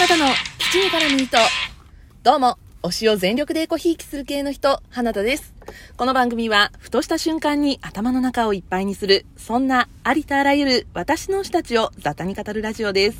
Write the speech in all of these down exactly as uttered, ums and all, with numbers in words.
なたの基地に絡む人。どうも、推しを全力でエコひいきする系の人、花田です。この番組はふとした瞬間に頭の中をいっぱいにする、そんなありとあらゆる私の推したちを雑多に語るラジオです。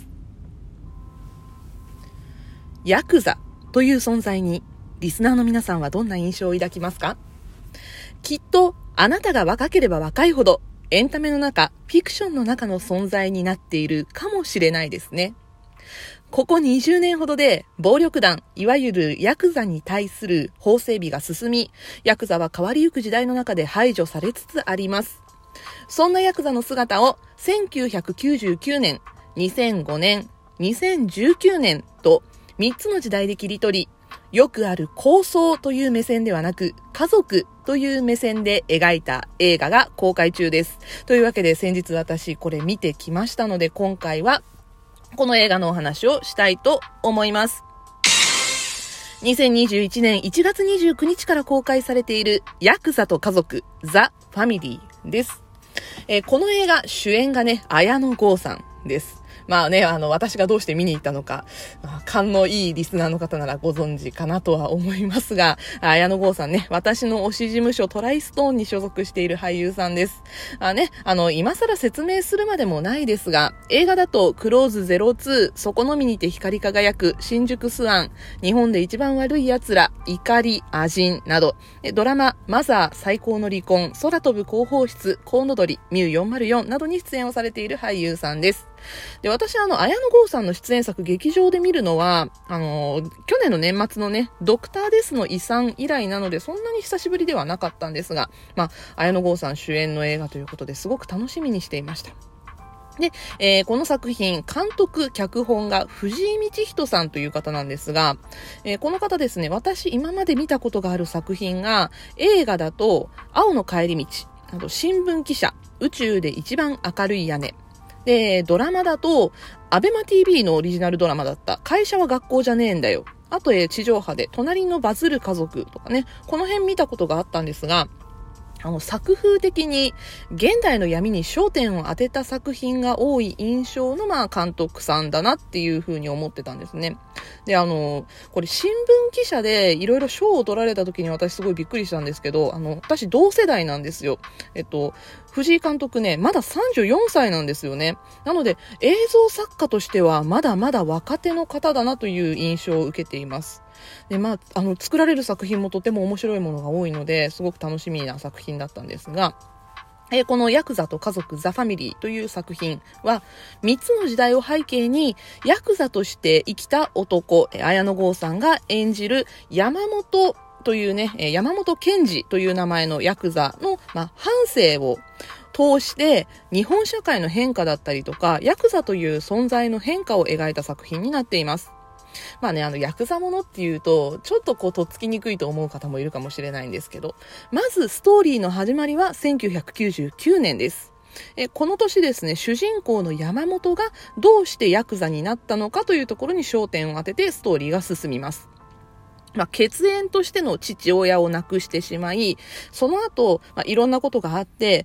ヤクザという存在にリスナーの皆さんはどんな印象を抱きますか？きっとあなたが若ければ若いほどエンタメの中、フィクションの中の存在になっているかもしれないですね。ここにじゅうねんほどで暴力団、いわゆるヤクザに対する法整備が進み、ヤクザは変わりゆく時代の中で排除されつつあります。そんなヤクザの姿をせんきゅうひゃくきゅうじゅうきゅうねん、にせんごねん、にせんじゅうきゅうねんとみっつの時代で切り取り、よくある抗争という目線ではなく、家族という目線で描いた映画が公開中です。というわけで先日私これ見てきましたので、今回はこの映画のお話をしたいと思います。にせんにじゅういちねんいちがつにじゅうくにちから公開されているヤクザと家族ザ・ファミリーです。えー、この映画主演がね、綾野剛さんです。まあね、あの、私がどうして見に行ったのか、まあ、勘のいいリスナーの方ならご存知かなとは思いますが、綾野剛さんね、私の推し事務所トライストーンに所属している俳優さんです。あね、あの、今更説明するまでもないですが、映画だとクローズゼロツー、そこのみにて光り輝く、新宿スワン、日本で一番悪い奴ら、怒り、アジンなど、ドラマ、マザー、最高の離婚、空飛ぶ広報室、コウノドリ、ミューよんまるよんなどに出演をされている俳優さんです。で、私、あの、綾野剛さんの出演作劇場で見るのは、あの、去年の年末のね、ドクターデスの遺産以来なので、そんなに久しぶりではなかったんですが、まあ、綾野剛さん主演の映画ということですごく楽しみにしていました。で、えー、この作品、監督、脚本が藤井道人さんという方なんですが、えー、この方ですね、私今まで見たことがある作品が、映画だと、青の帰り道、あと新聞記者、宇宙で一番明るい屋根、で、ドラマだと、アベマ ティーブイ のオリジナルドラマだった、会社は学校じゃねえんだよ。あと、え、地上波で、隣のバズる家族とかね、この辺見たことがあったんですが、あの、作風的に、現代の闇に焦点を当てた作品が多い印象の、まあ、監督さんだなっていうふうに思ってたんですね。で、あの、これ新聞記者でいろいろ賞を取られた時に私すごいびっくりしたんですけど、あの、私同世代なんですよ。えっと、藤井監督ね、まださんじゅうよんさいなんですよね。なので、映像作家としてはまだまだ若手の方だなという印象を受けています。で、まあ、あの、作られる作品もとても面白いものが多いので、すごく楽しみな作品だったんですが、えー、このヤクザと家族ザ・ファミリーという作品はみっつの時代を背景にヤクザとして生きた男、えー、綾野剛さんが演じる山本というね、えー、山本健二という名前のヤクザの、まあ、半生を通して日本社会の変化だったりとかヤクザという存在の変化を描いた作品になっています。まあね、あの、ヤクザものっていうと、ちょっとこう、とっつきにくいと思う方もいるかもしれないんですけど、まずストーリーの始まりはせんきゅうひゃくきゅうじゅうきゅうねんです。え、この年ですね、主人公の山本がどうしてヤクザになったのかというところに焦点を当ててストーリーが進みます。まあ、血縁としての父親を亡くしてしまい、その後、まあ、いろんなことがあって、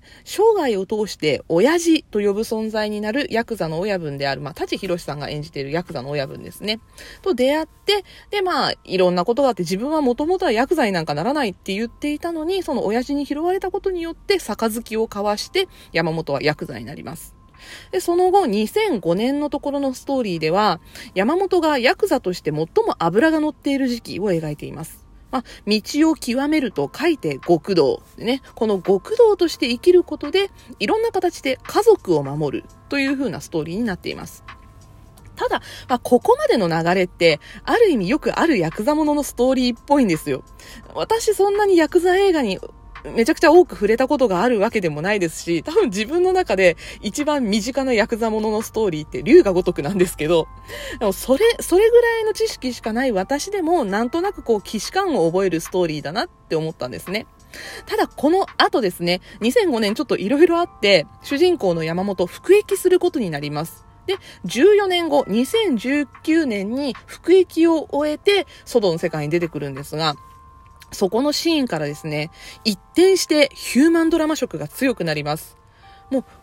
生涯を通して親父と呼ぶ存在になるヤクザの親分である、まあ、舘ひろしさんが演じているヤクザの親分ですね。と出会って、で、まあ、いろんなことがあって、自分はもともとはヤクザになんかならないって言っていたのに、その親父に拾われたことによって、杯を交わして、山本はヤクザになります。で、その後、にせんごねんのところのストーリーでは、山本がヤクザとして最も脂が乗っている時期を描いています。まあ、道を極めると書いて極道でね、この極道として生きることで、いろんな形で家族を守るという風なストーリーになっています。ただ、まあ、ここまでの流れって、ある意味よくあるヤクザもののストーリーっぽいんですよ。私そんなにヤクザ映画にめちゃくちゃ多く触れたことがあるわけでもないですし、多分自分の中で一番身近なヤクザもののストーリーって龍が如くなんですけど、でもそれ、それぐらいの知識しかない私でもなんとなくこう既視感を覚えるストーリーだなって思ったんですね。ただこの後ですね、にせんごねんちょっといろいろあって、主人公の山本服役することになります。で、じゅうよねんご、にせんじゅうきゅうねんに服役を終えて外の世界に出てくるんですが、そこのシーンからですね、一転してヒューマンドラマ色が強くなります。もう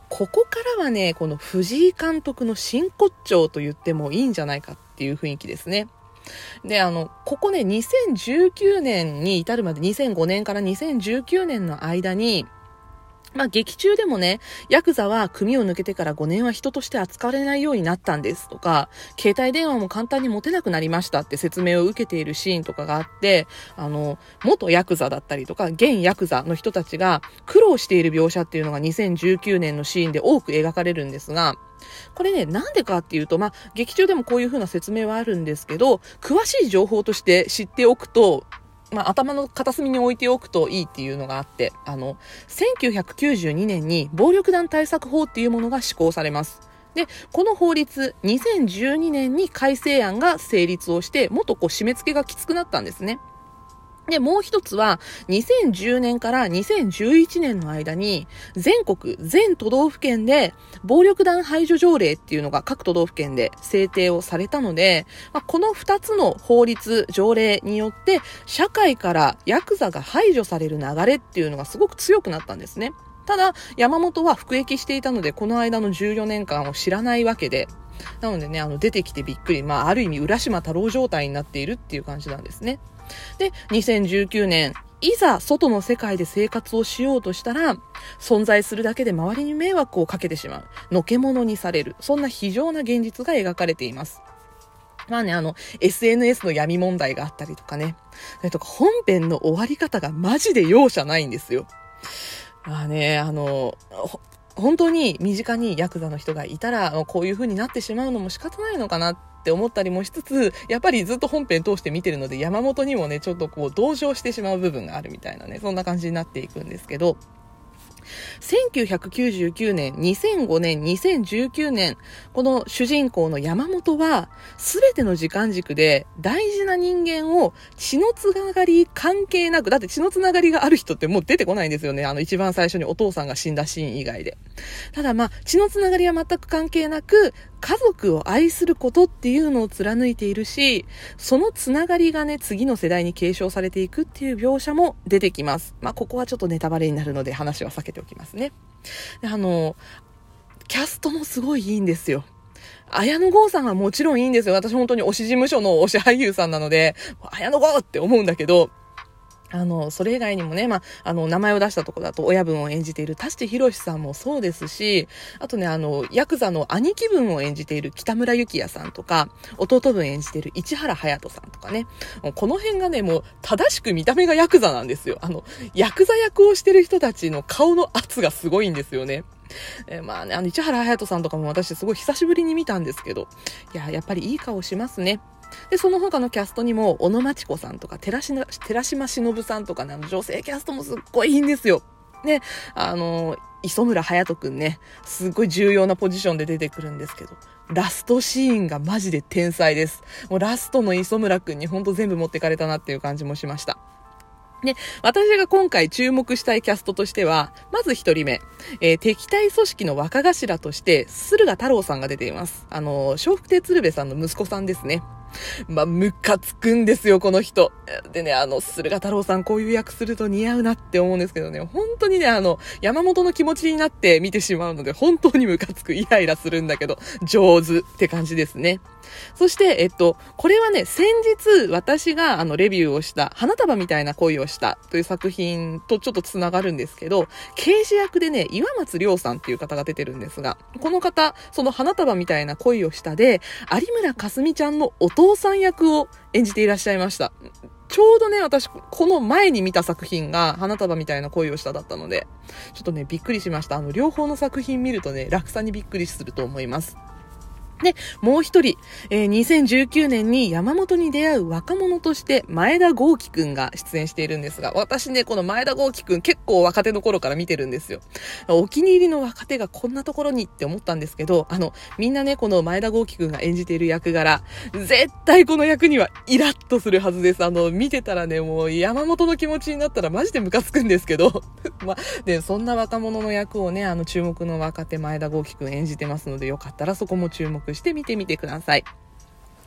ここからはね、この藤井監督の真骨頂と言ってもいいんじゃないかっていう雰囲気ですね。で、あの、ここね、にせんじゅうきゅうねんに至るまでにせんごねんからにせんじゅうきゅうねんの間に、まあ劇中でもね、ヤクザは組を抜けてからごねんは人として扱われないようになったんですとか、携帯電話も簡単に持てなくなりましたって説明を受けているシーンとかがあって、あの、元ヤクザだったりとか、現ヤクザの人たちが苦労している描写っていうのがにせんじゅうきゅうねんのシーンで多く描かれるんですが、これね、なんでかっていうと、まあ、劇中でもこういう風な説明はあるんですけど、詳しい情報として知っておくと、まあ、頭の片隅に置いておくといいっていうのがあって、あの、せんきゅうひゃくきゅうじゅうにねんに暴力団対策法っていうものが施行されます。で、この法律、にせんじゅうにねんに改正案が成立をして、もっとこう締め付けがきつくなったんですね。で、もう一つは、にせんじゅうねんからにせんじゅういちねんの間に、全国、全都道府県で、暴力団排除条例っていうのが各都道府県で制定をされたので、まあ、この二つの法律、条例によって、社会からヤクザが排除される流れっていうのがすごく強くなったんですね。ただ、山本は服役していたので、この間のじゅうよねんかんを知らないわけで、なのでね、あの、出てきてびっくり、まあ、ある意味、浦島太郎状態になっているっていう感じなんですね。で、にせんじゅうきゅうねん、いざ外の世界で生活をしようとしたら、存在するだけで周りに迷惑をかけてしまう。のけものにされる。そんな非常な現実が描かれています。まあね、あの、エスエヌエス の闇問題があったりとかね。それとか本編の終わり方がマジで容赦ないんですよ。まあね、あの、本当に身近にヤクザの人がいたら、こういう風になってしまうのも仕方ないのかなって思ったりもしつつ、やっぱりずっと本編通して見てるので、山本にもね、ちょっとこう同情してしまう部分があるみたいなね、そんな感じになっていくんですけど、せんきゅうひゃくきゅうじゅうきゅうねん、にせんごねん、にせんじゅうきゅうねん、この主人公の山本は、すべての時間軸で大事な人間を血のつながり関係なく、だって血のつながりがある人ってもう出てこないんですよね。あの一番最初にお父さんが死んだシーン以外で。ただまあ、血のつながりは全く関係なく、家族を愛することっていうのを貫いているし、そのつながりがね、次の世代に継承されていくっていう描写も出てきます。まあ、ここはちょっとネタバレになるので話は避けておきますね。で、あの、キャストもすごいいいんですよ。綾野剛さんはもちろんいいんですよ。私本当に推し事務所の推し俳優さんなので、綾野剛って思うんだけど、あの、それ以外にもね、まあ、あの、名前を出したところだと、親分を演じている田地博さんもそうですし、あとね、あの、ヤクザの兄貴分を演じている北村幸也さんとか、弟分演じている市原隼人さんとかね、この辺がね、もう、正しく見た目がヤクザなんですよ。あの、ヤクザ役をしてる人たちの顔の圧がすごいんですよね。えまあね、あの、市原隼人さんとかも私すごい久しぶりに見たんですけど、いや、やっぱりいい顔しますね。で、その他のキャストにも、小野真知子さんとか、寺島、寺島しのぶさんとかね、あの女性キャストもすっごいいいんですよ。ね、あの、磯村隼人くんね、すっごい重要なポジションで出てくるんですけど、ラストシーンがマジで天才です。もうラストの磯村くんにほんと全部持ってかれたなっていう感じもしました。で、私が今回注目したいキャストとしては、まず一人目、えー、敵対組織の若頭として、駿河太郎さんが出ています。あの、笑福亭鶴瓶さんの息子さんですね。まあ、ムカつくんですよ、この人。でね、あの、駿河太郎さんこういう役すると似合うなって思うんですけどね、本当にね、あの、山本の気持ちになって見てしまうので、本当にムカつく、イライラするんだけど、上手って感じですね。そして、えっと、これはね、先日私があの、レビューをした、花束みたいな恋をしたという作品とちょっとつながるんですけど、刑事役でね、岩松亮さんっていう方が出てるんですが、この方、その花束みたいな恋をしたで、有村架純ちゃんのお父さん役を演じていらっしゃいました。ちょうどね、私、この前に見た作品が花束みたいな恋をしただったので、ちょっとね、びっくりしました。あの、両方の作品見るとね、落差にびっくりすると思います。で、もう一人、えー、にせんじゅうきゅうねんに山本に出会う若者として前田豪輝くんが出演しているんですが、私ね、この前田豪輝くん結構若手の頃から見てるんですよ。お気に入りの若手がこんなところにって思ったんですけど、あの、みんなね、この前田豪輝くんが演じている役柄、絶対この役にはイラッとするはずです。あの、見てたらね、もう山本の気持ちになったらマジでムカつくんですけど、まあ、で、そんな若者の役をね、あの、注目の若手前田豪輝くん演じてますので、よかったらそこも注目して見てみてください。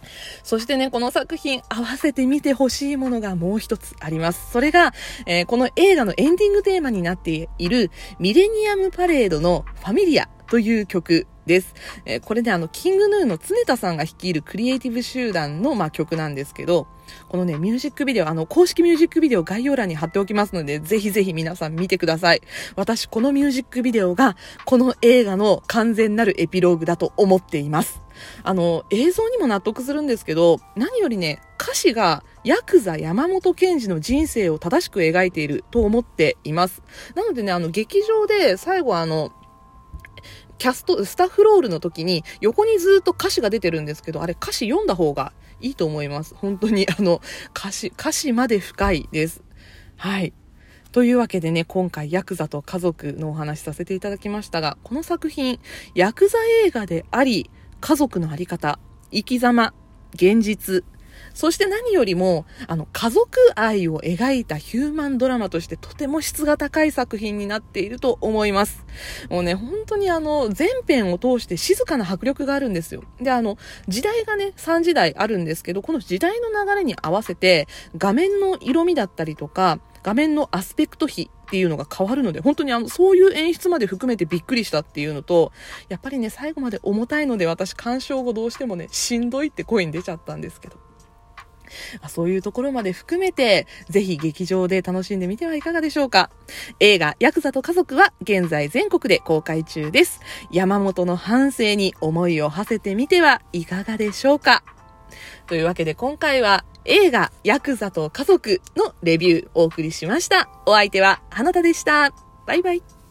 そしてね、この作品合わせて見てほしいものがもう一つあります。それが、えー、この映画のエンディングテーマになっているミレニアムパレードのファミリアという曲です。えー、これね、あの、キングヌーの常田さんが率いるクリエイティブ集団の、まあ、曲なんですけど、このね、ミュージックビデオ、あの、公式ミュージックビデオ概要欄に貼っておきますので、ぜひぜひ皆さん見てください。私、このミュージックビデオが、この映画の完全なるエピローグだと思っています。あの、映像にも納得するんですけど、何よりね、歌詞がヤクザ山本賢治の人生を正しく描いていると思っています。なのでね、あの、劇場で最後あの、キャスト、スタッフロールの時に横にずっと歌詞が出てるんですけど、あれ歌詞読んだ方がいいと思います。本当にあの、歌詞、歌詞まで深いです。はい。というわけでね、今回ヤクザと家族のお話しさせていただきましたが、この作品、ヤクザ映画であり、家族のあり方、生き様、現実、そして何よりも、あの、家族愛を描いたヒューマンドラマとしてとても質が高い作品になっていると思います。もうね、本当にあの、全編を通して静かな迫力があるんですよ。で、あの、時代がね、さんじだいあるんですけど、この時代の流れに合わせて、画面の色味だったりとか、画面のアスペクト比っていうのが変わるので、本当にあの、そういう演出まで含めてびっくりしたっていうのと、やっぱりね、最後まで重たいので、私鑑賞後どうしてもね、しんどいって声に出ちゃったんですけど。そういうところまで含めて、ぜひ劇場で楽しんでみてはいかがでしょうか。映画、ヤクザと家族は現在全国で公開中です。山本の半生に思いを馳せてみてはいかがでしょうか。というわけで今回は映画、ヤクザと家族のレビューをお送りしました。お相手は花田でした。バイバイ。